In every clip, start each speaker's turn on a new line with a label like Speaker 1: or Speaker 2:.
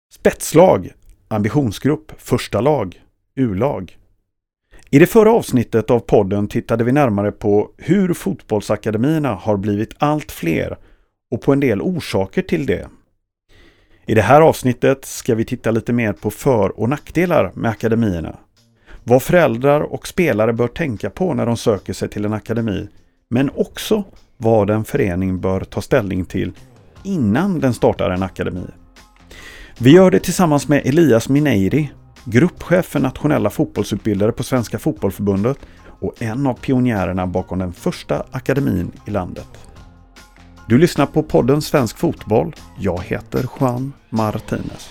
Speaker 1: Spetslag, ambitionsgrupp, första lag, U-lag. I det förra avsnittet av podden tittade vi närmare på hur fotbollsakademierna har blivit allt fler och på en del orsaker till det. I det här avsnittet ska vi titta lite mer på för- och nackdelar med akademierna. Vad föräldrar och spelare bör tänka på när de söker sig till en akademi, men också vad en förening bör ta ställning till innan den startar en akademi. Vi gör det tillsammans med Elias Mineiri, gruppchef för nationella fotbollsutbildare på Svenska fotbollförbundet och en av pionjärerna bakom den första akademin i landet. Du lyssnar på podden Svensk fotboll. Jag heter Juan Martinez.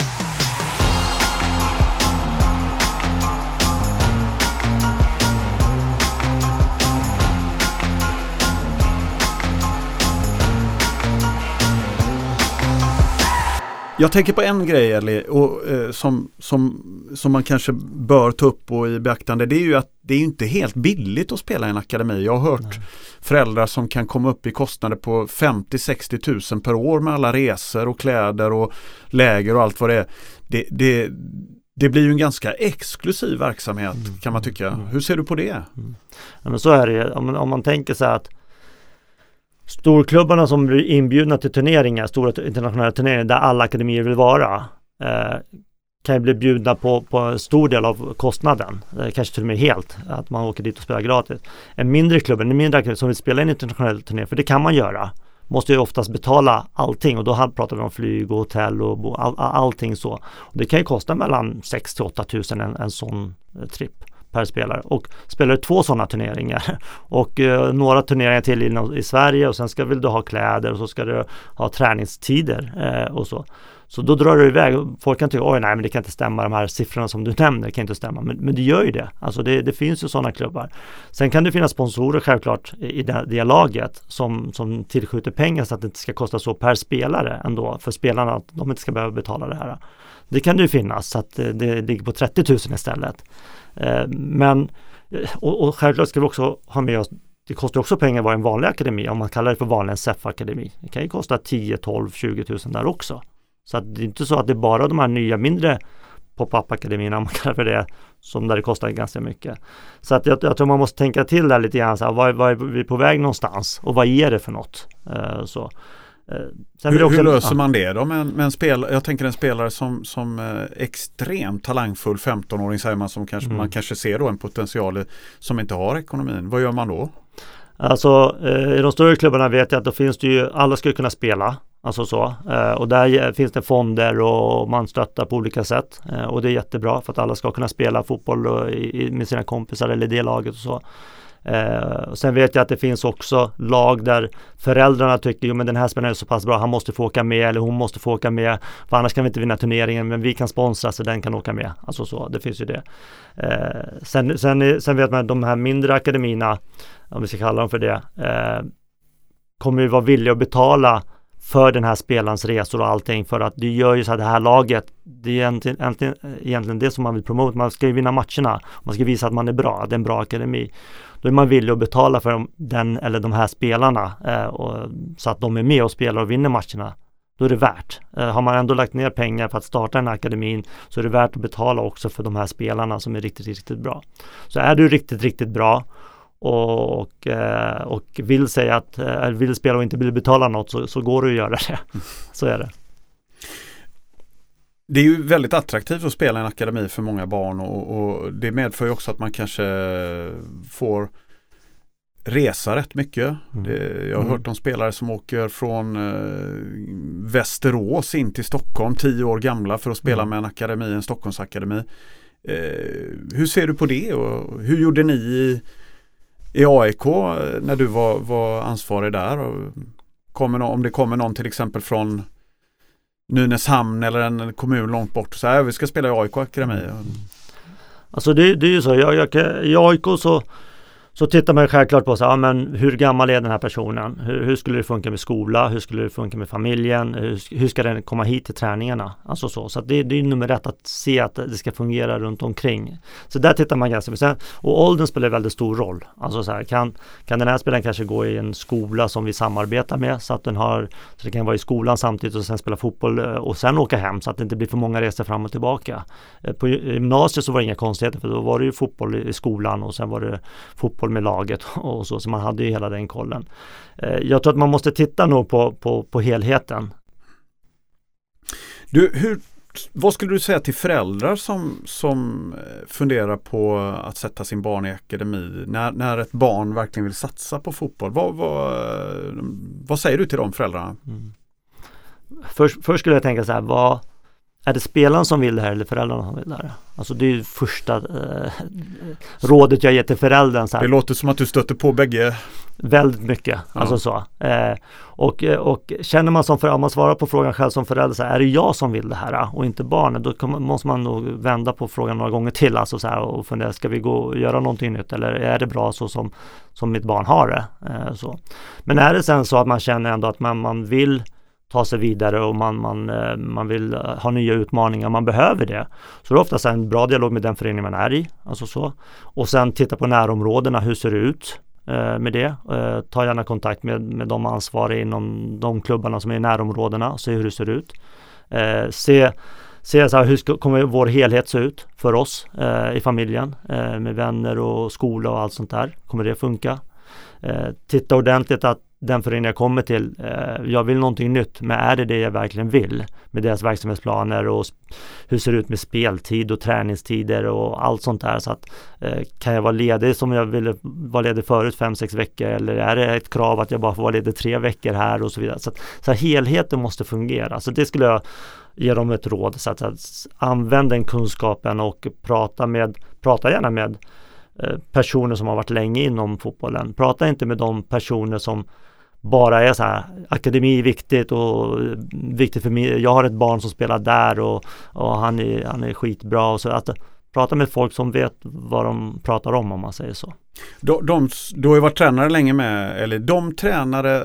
Speaker 1: Jag tänker på en grej, Eli, som man kanske bör ta upp och i beaktande. Det är ju att det är inte helt billigt att spela i en akademi. Jag har hört föräldrar som kan komma upp i kostnader på 50-60 000 per år med alla resor och kläder och läger och allt vad det är. Det blir ju en ganska exklusiv verksamhet kan man tycka. Hur ser du på det?
Speaker 2: Ja, men så är det. Om man tänker sig att storklubbarna som blir inbjudna till turneringar, stora internationella turneringar där alla akademier vill vara, kan ju bli bjudna på en stor del av kostnaden. Kanske till och med helt, att man åker dit och spelar gratis. En mindre klubb som vill spela en internationell turné, för det kan man göra, måste ju oftast betala allting, och då pratar vi om flyg och hotell och allting så. Och det kan ju kosta mellan 6 000 till 8 000 en sån trip per spelare, och spelar 2 sådana turneringar och några turneringar till i Sverige, och sen vill du ha kläder och så ska du ha träningstider och så. Så då drar du iväg. Folk kan tycka, nej men det kan inte stämma, de här siffrorna som du nämner kan inte stämma, men det gör ju det. Alltså det finns ju sådana klubbar. Sen kan det finnas sponsorer självklart i det laget som tillskjuter pengar så att det inte ska kosta så per spelare ändå, för spelarna att de inte ska behöva betala det här. Det kan det ju finnas, så att det ligger på 30 000 istället. Men och självklart ska vi också ha med oss, det kostar också pengar att vara en vanlig akademi, om man kallar det för vanlig SEF-akademi. Det kan ju kosta 10, 12, 20 000 där också. Så att det är inte så att det är bara de här nya mindre pop-up-akademierna, om man kallar för det, som där det kostar ganska mycket. Så att jag tror man måste tänka till där lite grann, så här, var är vi på väg någonstans och vad ger det för något?
Speaker 1: Hur löser man det då med en spelare? Jag tänker en spelare som extremt talangfull 15-åring, säger man, som man kanske ser då en potential som inte har ekonomin. Vad gör man då?
Speaker 2: Alltså i de större klubbarna vet jag att då finns det ju, alla ska kunna spela, alltså så, och där finns det fonder och man stöttar på olika sätt, och det är jättebra för att alla ska kunna spela fotboll med sina kompisar eller det laget och så. Och sen vet jag att det finns också lag där föräldrarna tycker, men den här spelaren är så pass bra, han måste få åka med eller hon måste få åka med, för annars kan vi inte vinna turneringen, men vi kan sponsra så den kan åka med, alltså så, det finns ju det. Sen vet man att de här mindre akademierna, om vi ska kalla dem för det, kommer ju vara villiga att betala för den här spelarens resor och allting, för att det gör ju så att det här laget, det är egentligen det som man vill promota. Man ska ju vinna matcherna, man ska visa att man är bra, det är en bra akademi. Då är man villig att betala för den eller de här spelarna, så att de är med och spelar och vinner matcherna. Då är det värt. Har man ändå lagt ner pengar för att starta den här akademin, så är det värt att betala också för de här spelarna som är riktigt, riktigt bra. Så är du riktigt, riktigt bra och vill säga att vill spela och inte vill betala något, så går det att göra det. Så är det.
Speaker 1: Det är ju väldigt attraktivt att spela en akademi för många barn, och det medför ju också att man kanske får resa rätt mycket. Jag har hört om spelare som åker från Västerås in till Stockholm 10 år gamla för att spela med en Stockholmsakademi. Hur ser du på det, och hur gjorde ni i AIK när du var ansvarig där? Om det kommer någon till exempel från Nynäshamn eller en kommun långt bort, så här, vi ska spela i AIK-akademi.
Speaker 2: Alltså det är ju så, i AIK Så tittar man självklart på så här, men hur gammal är den här personen? Hur skulle det funka med skola? Hur skulle det funka med familjen? Hur ska den komma hit till träningarna? Alltså så att det är nummer ett att se att det ska fungera runt omkring. Så där tittar man ganska mycket. Och åldern spelar väldigt stor roll. Alltså så här, kan den här spelaren kanske gå i en skola som vi samarbetar med så att så det kan vara i skolan samtidigt och sen spela fotboll och sen åka hem så att det inte blir för många resor fram och tillbaka. På gymnasiet så var det inga konstigheter för då var det ju fotboll i skolan och sen var det fotboll med laget och så man hade ju hela den kollen. Jag tror att man måste titta nog på helheten.
Speaker 1: Vad skulle du säga till föräldrar som funderar på att sätta sin barn i akademi när ett barn verkligen vill satsa på fotboll? Vad säger du till de föräldrarna?
Speaker 2: Först skulle jag tänka så här, är det spelaren som vill det här eller föräldrarna som vill det här? Alltså det är ju första rådet jag ger till föräldern. Så här.
Speaker 1: Det låter som att du stöter på bägge.
Speaker 2: Väldigt mycket. Ja. Alltså så. Och känner man om man svarar på frågan själv som förälder, så här, är det jag som vill det här och inte barnet? Då måste man nog vända på frågan några gånger till. Alltså så här, och fundera, ska vi gå och göra någonting nytt? Eller är det bra så som mitt barn har det? Så. Men är det sen så att man känner ändå att man vill ta sig vidare och man vill ha nya utmaningar, man behöver det. Så det är oftast en bra dialog med den förening man är i. Alltså så. Och sen titta på närområdena, hur ser det ut med det? Ta gärna kontakt med de ansvariga inom de klubbarna som är i närområdena och se hur det ser ut. Se så här, hur kommer vår helhet se ut för oss i familjen med vänner och skola och allt sånt där. Kommer det funka? Titta ordentligt att den förening jag kommer till, jag vill någonting nytt, men är det jag verkligen vill med deras verksamhetsplaner och hur ser det ut med speltid och träningstider och allt sånt där, så att kan jag vara ledig som jag ville vara ledig förut 5-6 veckor, eller är det ett krav att jag bara får vara ledig 3 veckor här och så vidare, så helheten måste fungera. Så det skulle jag ge dem ett råd, så att använda den kunskapen och prata gärna med personer som har varit länge inom fotbollen. Prata inte med de personer som bara är så här, akademi är viktigt och viktigt för mig. Jag har ett barn som spelar där och han är skitbra och så att prata med folk som vet vad de pratar om man säger så.
Speaker 1: Du har ju varit tränare länge med, eller de tränare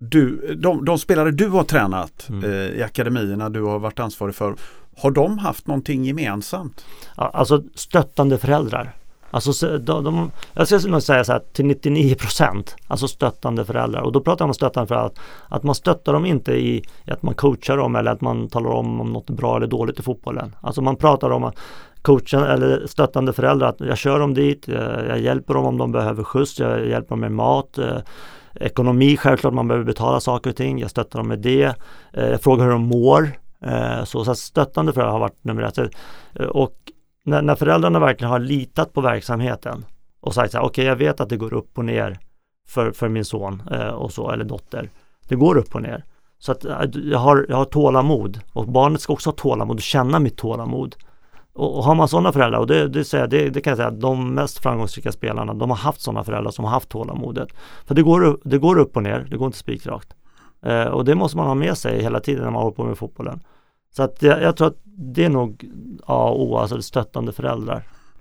Speaker 1: de spelare du har tränat i akademierna du har varit ansvarig för, har de haft någonting gemensamt?
Speaker 2: Ja, alltså stöttande föräldrar. Alltså jag ska nog säga så här, till 99%, alltså stöttande föräldrar. Och då pratar man om stöttande föräldrar, att man stöttar dem inte i att man coachar dem eller att man talar om något är bra eller dåligt i fotbollen. Alltså man pratar om att coachen eller stöttande föräldrar, att jag kör dem dit, jag hjälper dem om de behöver skjuts, jag hjälper dem med mat, ekonomi, självklart man behöver betala saker och ting, jag stöttar dem med det, jag frågar hur de mår. Så stöttande föräldrar har varit nummer 1. Och när föräldrarna verkligen har litat på verksamheten och sagt så här, okej, jag vet att det går upp och ner för min son och så, eller dotter. Det går upp och ner. Så att jag har tålamod, och barnet ska också ha tålamod och känna mitt tålamod. Och har man sådana föräldrar, och det kan jag säga att de mest framgångsrika spelarna, de har haft sådana föräldrar som har haft tålamodet. För det går upp och ner, det går inte spikrakt. Och det måste man ha med sig hela tiden när man håller på med fotbollen. Så att jag tror att det är nog alltså stöttande föräldrar.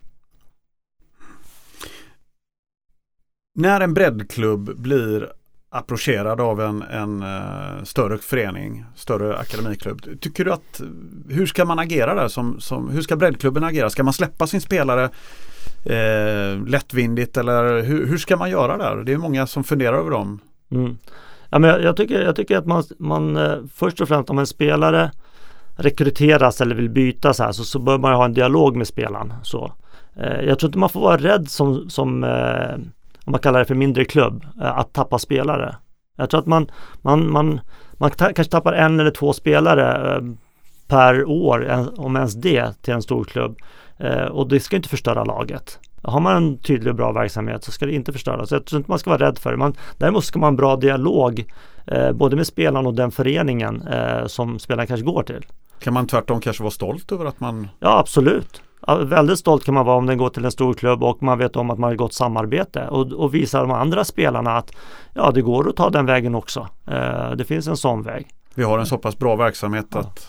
Speaker 1: När en breddklubb blir approcherad av en större förening, större akademiklubb, tycker du att hur ska man agera där? Hur ska breddklubben agera? Ska man släppa sin spelare lättvindigt, eller hur ska man göra där? Det är många som funderar över dem.
Speaker 2: Ja, men jag tycker att man först och främst, om en spelare rekryteras eller vill byta så bör man ha en dialog med spelaren. Så jag tror inte man får vara rädd som om man kallar det för mindre klubb, att tappa spelare. Jag tror att man kanske tappar 1 eller 2 spelare per år, om ens det, till en stor klubb. Och det ska inte förstöra laget. Har man en tydlig och bra verksamhet så ska det inte förstöras. Så jag tror inte man ska vara rädd för det. Däremot ska man ha en bra dialog både med spelaren och den föreningen som spelaren kanske går till.
Speaker 1: Kan man tvärtom kanske vara stolt över att man...
Speaker 2: Ja, absolut. Väldigt stolt kan man vara om den går till en stor klubb och man vet om att man har gott samarbete. Och visar de andra spelarna att det går att ta den vägen också. Det finns en sån väg.
Speaker 1: Vi har en så pass bra verksamhet att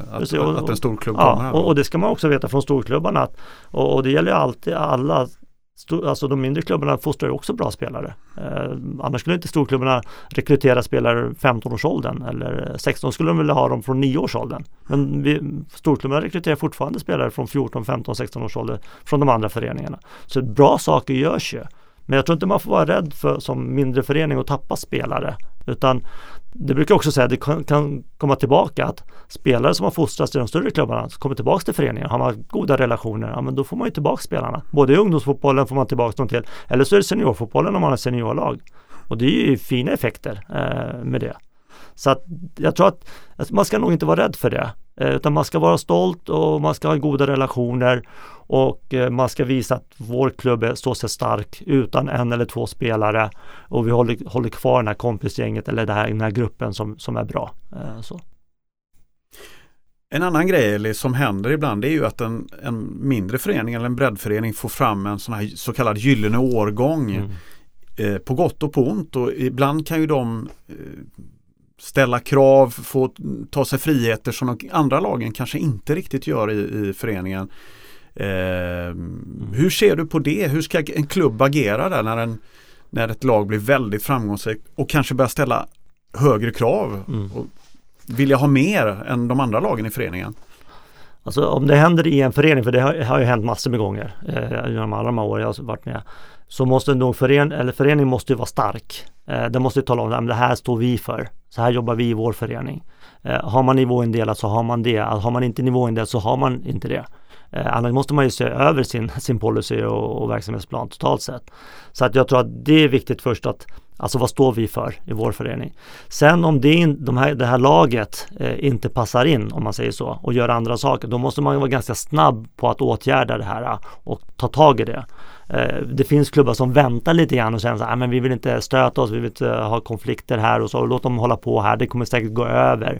Speaker 1: en stor klubb kommer här.
Speaker 2: Och det ska man också veta från storklubbarna. Och det gäller ju alltid alla Alltså de mindre klubbarna fostrar ju också bra spelare. Annars skulle inte storklubbarna rekrytera spelare 15-årsåldern eller 16, skulle de vilja ha dem från 9-årsåldern. Men storklubbarna rekryterar fortfarande spelare från 14, 15, 16-årsåldern från de andra föreningarna. Så bra saker görs ju. Men jag tror inte man får vara rädd för som mindre förening att tappa spelare. Utan det brukar också säga att det kan komma tillbaka att spelare som har fostrats i de större klubbarna kommer tillbaka till föreningen. Har man goda relationer, ja, men då får man ju tillbaka spelarna. Både i ungdomsfotbollen får man tillbaka dem till, eller så är det seniorfotbollen om man har seniorlag. Och det är ju fina effekter med det. Så att jag tror att man ska nog inte vara rädd för det. Utan man ska vara stolt och man ska ha goda relationer och man ska visa att vår klubb står sig stark utan en eller två spelare och vi håller kvar den här kompisgänget eller den här gruppen som är bra. Så.
Speaker 1: En annan grej som händer ibland är ju att en mindre förening eller en breddförening får fram en sån här så kallad gyllene årgång på gott och på ont, och ibland kan ju de ställa krav, få ta sig friheter som de andra lagen kanske inte riktigt gör i föreningen. Hur ser du på det? Hur ska en klubb agera där när ett lag blir väldigt framgångsrikt och kanske börjar ställa högre krav och vilja ha mer än de andra lagen i föreningen?
Speaker 2: Alltså om det händer i en förening, för det har ju hänt massor med gånger genom alla de här år jag har varit med, så måste nog föreningen måste ju vara stark. Den måste ju tala om att det här står vi för. Så här jobbar vi i vår förening. Har man nivåindelat så har man det. Har man inte nivåindelat så har man inte det. Annars måste man ju se över sin policy och verksamhetsplan totalt sett. Så att jag tror att det är viktigt först att alltså vad står vi för i vår förening. Sen om det här laget inte passar in, om man säger så, och gör andra saker, då måste man vara ganska snabb på att åtgärda det här och ta tag i det. Det finns klubbar som väntar lite grann och säger så här, men vi vill inte stöta oss, vi vill inte ha konflikter här och så, låt dem hålla på här, det kommer säkert gå över.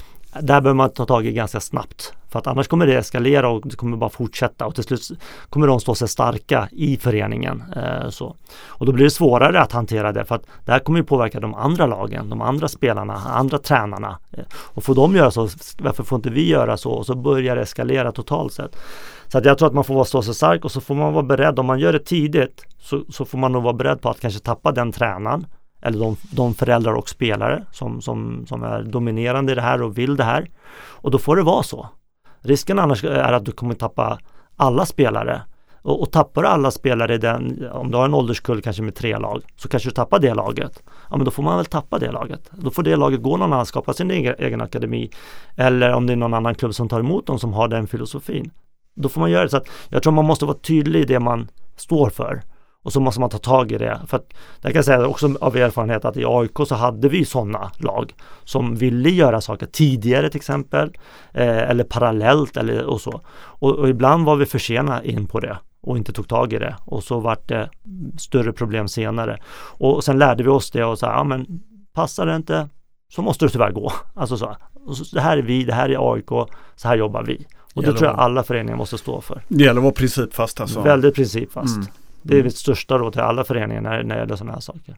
Speaker 2: Där behöver man ta tag i ganska snabbt, för att annars kommer det eskalera och det kommer bara fortsätta och till slut kommer de stå sig starka i föreningen. Så. Och då blir det svårare att hantera det, för att det här kommer ju påverka de andra lagen, de andra spelarna, andra tränarna. Och får de göra så, varför får inte vi göra så? Och så börjar det eskalera totalt sett. Så att jag tror att man får stå sig stark och så får man vara beredd, om man gör det tidigt så får man nog vara beredd på att kanske tappa den tränaren eller de föräldrar och spelare som är dominerande i det här och vill det här. Och då får det vara så. Risken annars är att du kommer tappa alla spelare. Och tappar alla spelare om du har en ålderskull kanske med 3 lag, så kanske du tappar det laget. Ja, men då får man väl tappa det laget. Då får det laget gå någon annan, skapa sin egen akademi. Eller om det är någon annan klubb som tar emot dem som har den filosofin. Då får man göra det. Så att jag tror man måste vara tydlig i det man står för. Och så måste man ta tag i det. För att jag kan säga också av erfarenhet att i AIK så hade vi sådana lag som ville göra saker tidigare till exempel. Eller parallellt och så. Och ibland var vi för sena in på det och inte tog tag i det. Och så var det större problem senare. Och sen lärde vi oss det och sa, ja men passar det inte så måste det tyvärr gå. Alltså så. Och så, det här är vi, det här är AIK, så här jobbar vi. Och det tror jag alla föreningar måste stå för.
Speaker 1: Det gäller att vara principfast alltså.
Speaker 2: Väldigt principfast. Det är mitt största råd till alla föreningar när det gäller sådana här saker.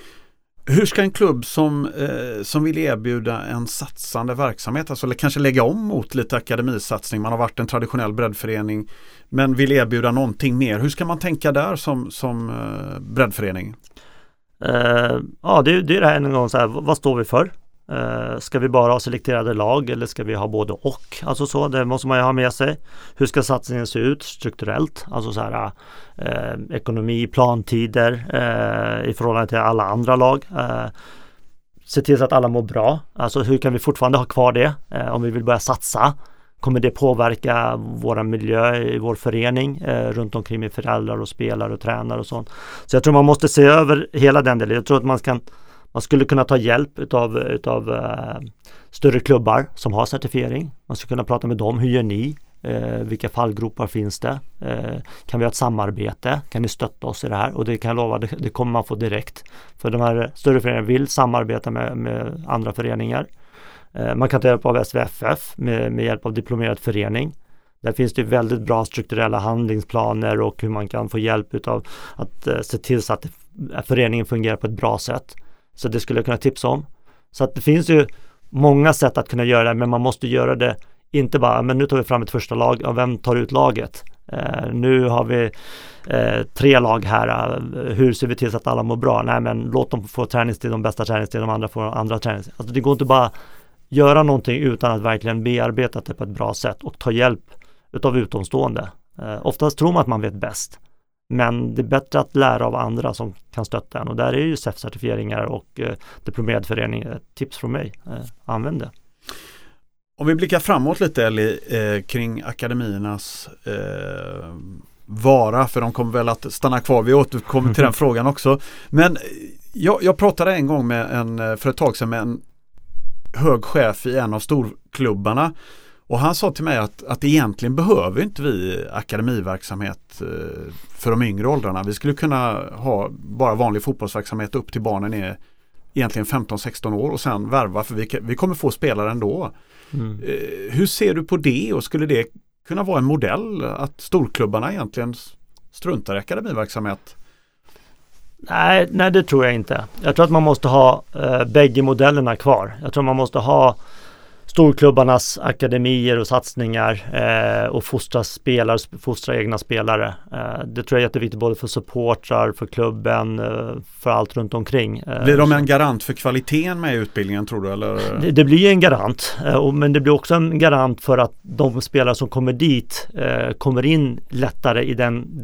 Speaker 1: Hur ska en klubb som vill erbjuda en satsande verksamhet, alltså, eller kanske lägga om mot lite akademisatsning, man har varit en traditionell breddförening men vill erbjuda någonting mer, hur ska man tänka där som breddförening?
Speaker 2: Ja, det är det här en gång så här, vad står vi för? Ska vi bara ha selekterade lag eller ska vi ha både och? Alltså så, det måste man ju ha med sig. Hur ska satsningen se ut strukturellt? Alltså så här ekonomi, plantider i förhållande till alla andra lag. Se till så att alla mår bra. Alltså hur kan vi fortfarande ha kvar det? Om vi vill börja satsa, kommer det påverka våra miljö i vår förening runt omkring med föräldrar och spelare och tränare och sånt. Så jag tror man måste se över hela den delen. Jag tror att man skulle kunna ta hjälp utav större klubbar som har certifiering. Man skulle kunna prata med dem. Hur gör ni? Vilka fallgropar finns det? Kan vi ha ett samarbete? Kan ni stötta oss i det här? Och det kan jag lova, det kommer man få direkt. För de här större föreningarna vill samarbeta med andra föreningar. Man kan ta hjälp av SVFF med hjälp av diplomerad förening. Där finns det väldigt bra strukturella handlingsplaner och hur man kan få hjälp utav att se till så att föreningen fungerar på ett bra sätt. Så det skulle jag kunna tipsa om. Så att det finns ju många sätt att kunna göra det, men man måste göra det inte bara, men nu tar vi fram ett första lag, och vem tar ut laget? Nu har vi 3 lag här. Hur ser vi till så att alla mår bra? Nej, men låt dem få träningstid, de bästa träningstid, de andra får andra träningstid. Alltså det går inte bara göra någonting utan att verkligen bearbeta det på ett bra sätt och ta hjälp utav utomstående. Oftast tror man att man vet bäst. Men det är bättre att lära av andra som kan stötta en. Och där är ju CEF-certifieringar och diplomerad förening ett tips från mig. Använd det.
Speaker 1: Om vi blickar framåt lite Ellie, kring akademiernas vara, för de kommer väl att stanna kvar. Vi återkommer till den frågan också. Men jag pratade en gång för ett tag sedan med en hög chef i en av storklubbarna. Och han sa till mig att egentligen behöver inte vi akademiverksamhet för de yngre åldrarna. Vi skulle kunna ha bara vanlig fotbollsverksamhet upp till barnen är egentligen 15-16 år och sen värva, för vi kommer få spelare ändå. Hur ser du på det, och skulle det kunna vara en modell att storklubbarna egentligen struntar i akademiverksamhet?
Speaker 2: Nej, det tror jag inte. Jag tror att man måste ha bägge modellerna kvar. Jag tror man måste ha storklubbarnas akademier och satsningar och fostra egna spelare. Det tror jag är jätteviktigt både för supportrar, för klubben, för allt runt omkring.
Speaker 1: Blir de en garant för kvaliteten med utbildningen, tror du? Eller?
Speaker 2: Det blir en garant, men det blir också en garant för att de spelare som kommer dit kommer in lättare i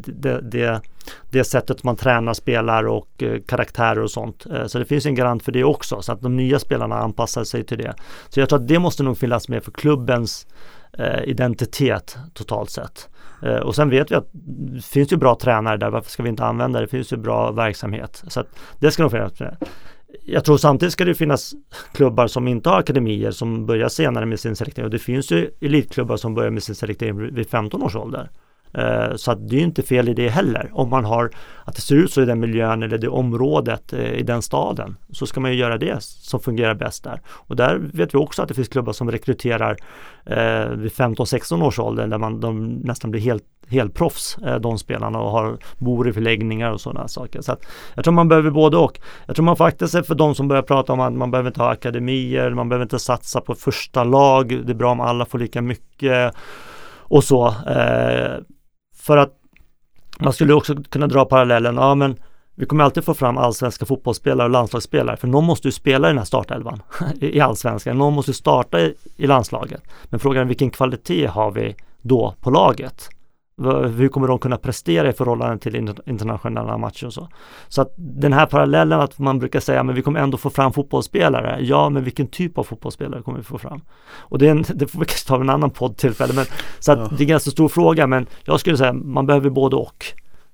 Speaker 2: det sättet man tränar, spelar och karaktärer och sånt. Så det finns en garant för det också, så att de nya spelarna anpassar sig till det. Så jag tror att det måste nog finnas med för klubbens identitet totalt sett. Och sen vet vi att det finns ju bra tränare där, varför ska vi inte använda det? Det finns ju bra verksamhet. Så att det ska nog finnas med. Jag tror samtidigt ska det finnas klubbar som inte har akademier som börjar senare med sin selektering. Och det finns ju elitklubbar som börjar med sin selektering vid 15 års ålder. Så att det är ju inte fel i det heller. Om man har att det ser ut så i den miljön eller det området i den staden, så ska man ju göra det som fungerar bäst där. Och där vet vi också att det finns klubbar som rekryterar vid 15-16 års ålder där de nästan blir helt proffs, de spelarna, och bor i förläggningar och sådana saker. Så att jag tror man behöver både och. Jag tror man faktiskt är för de som börjar prata om att man behöver inte ha akademier, man behöver inte satsa på första lag, det är bra om alla får lika mycket och så. För att man skulle också kunna dra parallellen, ja men vi kommer alltid få fram allsvenska fotbollsspelare och landslagsspelare, för någon måste ju spela i den här startelvan i allsvenskan, någon måste ju starta i landslaget. Men frågan är vilken kvalitet har vi då på laget? Hur kommer de kunna prestera i förhållande till internationella matcher och så? Så att den här parallellen att man brukar säga men vi kommer ändå få fram fotbollsspelare. Ja, men vilken typ av fotbollsspelare kommer vi få fram? Och det får vi kanske ta en annan poddtillfälle. Men, så att det är en ganska stor fråga, men jag skulle säga man behöver både och.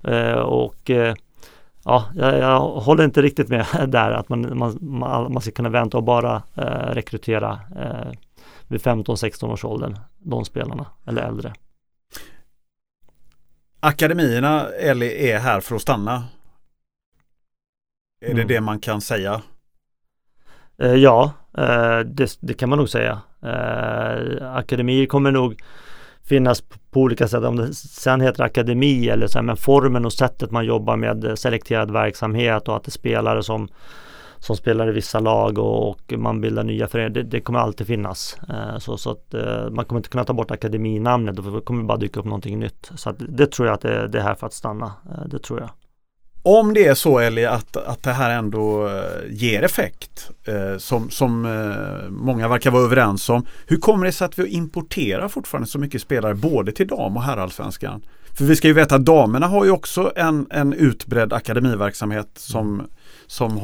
Speaker 2: Jag håller inte riktigt med där att man ska kunna vänta och bara rekrytera vid 15-16 års åldern, de spelarna eller äldre.
Speaker 1: Akademierna är här för att stanna. Är det man kan säga?
Speaker 2: Ja, det kan man nog säga. Akademier kommer nog finnas på olika sätt. Om det sen heter akademi eller så här, men formen och sättet man jobbar med selekterad verksamhet och att det är spelare som spelar i vissa lag och man bildar nya föreningar, det kommer alltid finnas. Så att man kommer inte kunna ta bort akademinamnet, då kommer det bara dyka upp någonting nytt. Så att det tror jag att det är här för att stanna. Det tror jag.
Speaker 1: Om det är så, Ellie, att det här ändå ger effekt, som många verkar vara överens om, hur kommer det sig att vi importerar fortfarande så mycket spelare både till dam- och herrallsvenskan? För vi ska ju veta att damerna har ju också en utbredd akademiverksamhet som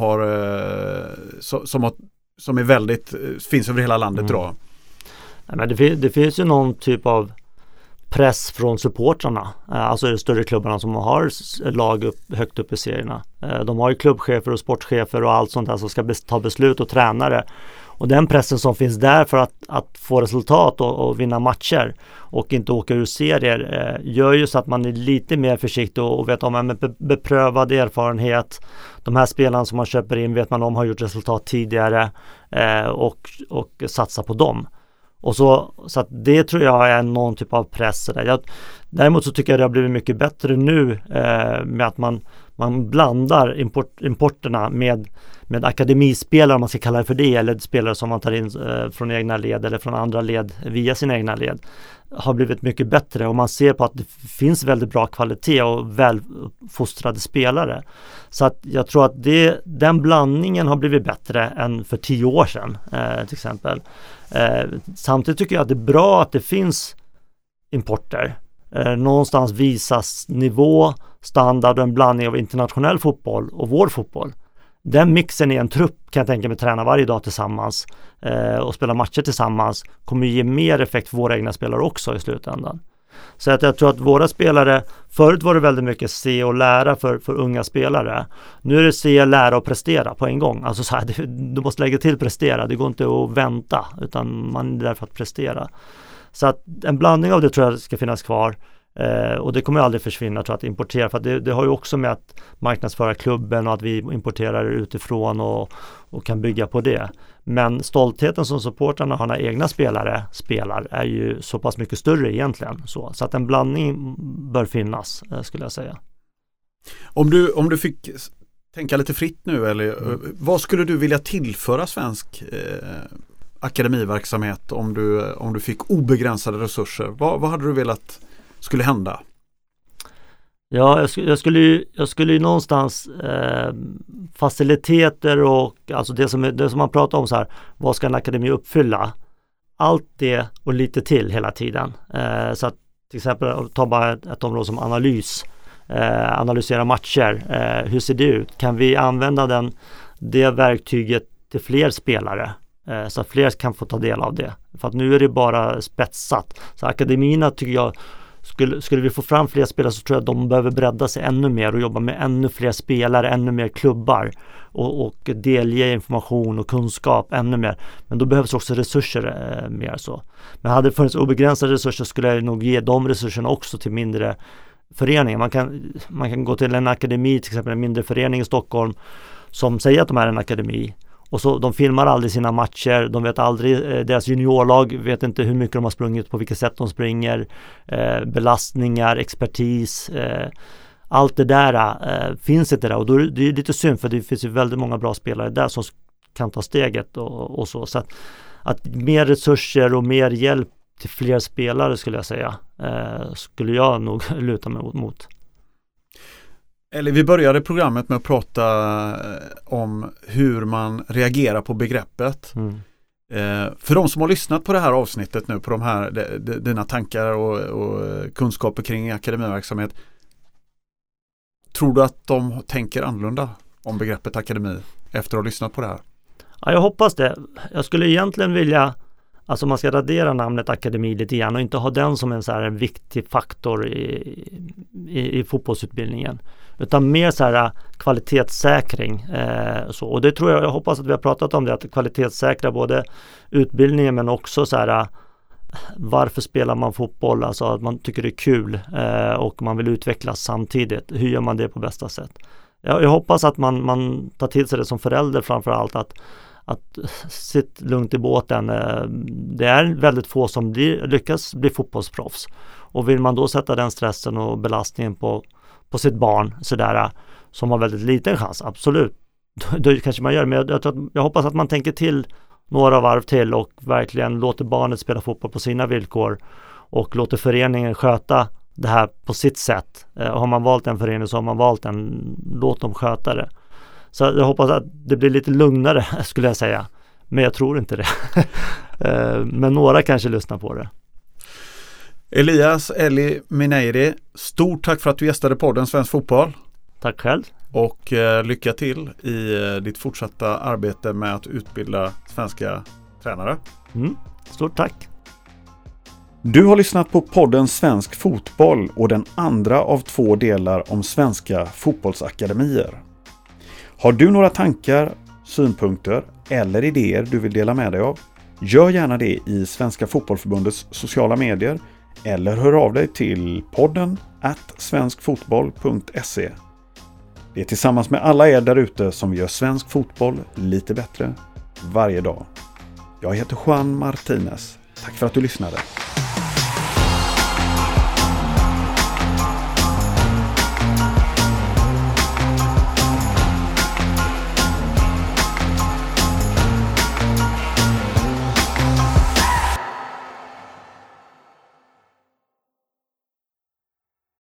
Speaker 1: är väldigt, finns över hela landet då.
Speaker 2: Ja, men det finns ju någon typ av press från supportrarna, alltså de större klubbarna som har lag högt upp i serierna. De har ju klubbchefer och sportchefer och allt sånt där som ska ta beslut och tränare. Och den pressen som finns där för att få resultat och vinna matcher och inte åka ur serier gör ju så att man är lite mer försiktig och vet om med beprövad erfarenhet. De här spelarna som man köper in vet man om har gjort resultat tidigare och satsa på dem. Och så att det tror jag är någon typ av press där. Däremot så tycker jag det har blivit mycket bättre nu med att man man blandar importerna med akademispelare, om man ska kalla det för det, eller spelare som man tar in från egna led eller från andra led via sina egna led, har blivit mycket bättre, och man ser på att det finns väldigt bra kvalitet och välfostrade spelare. Så att jag tror att den blandningen har blivit bättre än för 10 år sedan till exempel. Samtidigt tycker jag att det är bra att det finns importer. Någonstans visas nivå, standard och en blandning av internationell fotboll och vår fotboll. Den mixen i en trupp, kan jag tänka mig, träna varje dag tillsammans och spela matcher tillsammans, kommer ge mer effekt för våra egna spelare också i slutändan. Så att jag tror att våra spelare, förut var det väldigt mycket se och lära för unga spelare. Nu är det se, lära och prestera på en gång. Alltså så här, du måste lägga till prestera, det går inte att vänta, utan man är där för att prestera. Så att en blandning av det tror jag ska finnas kvar. Och det kommer aldrig försvinna, tror jag, att importera, för att det har ju också med att marknadsföra klubben och att vi importerar utifrån och kan bygga på det. Men stoltheten som supportarna har när egna spelare spelar är ju så pass mycket större egentligen. Så att en blandning bör finnas, skulle jag säga.
Speaker 1: Om du fick tänka lite fritt nu, eller vad skulle du vilja tillföra svensk akademiverksamhet om du fick obegränsade resurser? Vad hade du velat skulle hända?
Speaker 2: Ja, jag skulle ju någonstans faciliteter och alltså det som man pratar om så här, vad ska en akademi uppfylla? Allt det och lite till hela tiden. Så att till exempel ta bara ett område som analys. Analysera matcher. Hur ser det ut? Kan vi använda det verktyget till fler spelare? Så att fler kan få ta del av det. För att nu är det bara spetsat. Så akademierna tycker jag, skulle vi få fram fler spelare, så tror jag att de behöver bredda sig ännu mer och jobba med ännu fler spelare, ännu mer klubbar och delge information och kunskap ännu mer. Men då behövs också resurser mer så. Men hade det funnits obegränsade resurser skulle jag nog ge de resurserna också till mindre föreningar. Man kan gå till en akademi, till exempel en mindre förening i Stockholm som säger att de är en akademi. Och så de filmar aldrig sina matcher, de vet aldrig, deras juniorlag vet inte hur mycket de har sprungit, på vilket sätt de springer, belastningar, expertis, allt det där finns inte där, och då är det lite synd, för det finns ju väldigt många bra spelare där som kan ta steget och så. Så att mer resurser och mer hjälp till fler spelare, skulle jag säga, skulle jag nog luta mig mot.
Speaker 1: Eller vi började programmet med att prata om hur man reagerar på begreppet. För de som har lyssnat på det här avsnittet nu, på de här dina tankar och kunskaper kring akademiverksamhet, tror du att de tänker annorlunda om begreppet akademi efter att ha lyssnat på det här?
Speaker 2: Ja, jag hoppas det. Jag skulle egentligen vilja, alltså man ska radera namnet akademi lite grann och inte ha den som en så här en viktig faktor i fotbollsutbildningen, utan mer så här kvalitetssäkring. Så. Och det tror jag hoppas att vi har pratat om det, att kvalitetssäkra både utbildningen men också så här, varför spelar man fotboll, alltså att man tycker det är kul och man vill utvecklas samtidigt. Hur gör man det på bästa sätt? Jag hoppas att man tar till sig det som förälder, framförallt att sitt lugnt i båten. Det är väldigt få som lyckas bli fotbollsproffs, och vill man då sätta den stressen och belastningen på sitt barn sådär, som har väldigt liten chans, absolut, då kanske man gör. Men jag hoppas att man tänker till några varv till och verkligen låter barnet spela fotboll på sina villkor och låter föreningen sköta det här på sitt sätt. Har man valt en förening så har man valt en, låt dem sköta det. Så jag hoppas att det blir lite lugnare, skulle jag säga. Men jag tror inte det. Men några kanske lyssnar på det.
Speaker 1: Elias Eli Mineiri, stort tack för att du gästade podden Svensk Fotboll.
Speaker 2: Tack själv.
Speaker 1: Och lycka till i ditt fortsatta arbete med att utbilda svenska tränare.
Speaker 2: Stort tack.
Speaker 1: Du har lyssnat på podden Svensk Fotboll och den andra av 2 delar om svenska fotbollsakademier. Har du några tankar, synpunkter eller idéer du vill dela med dig av? Gör gärna det i Svenska Fotbollförbundets sociala medier eller hör av dig till podden@svenskfotboll.se. Det är tillsammans med alla er där ute som gör svensk fotboll lite bättre varje dag. Jag heter Juan Martinez. Tack för att du lyssnade.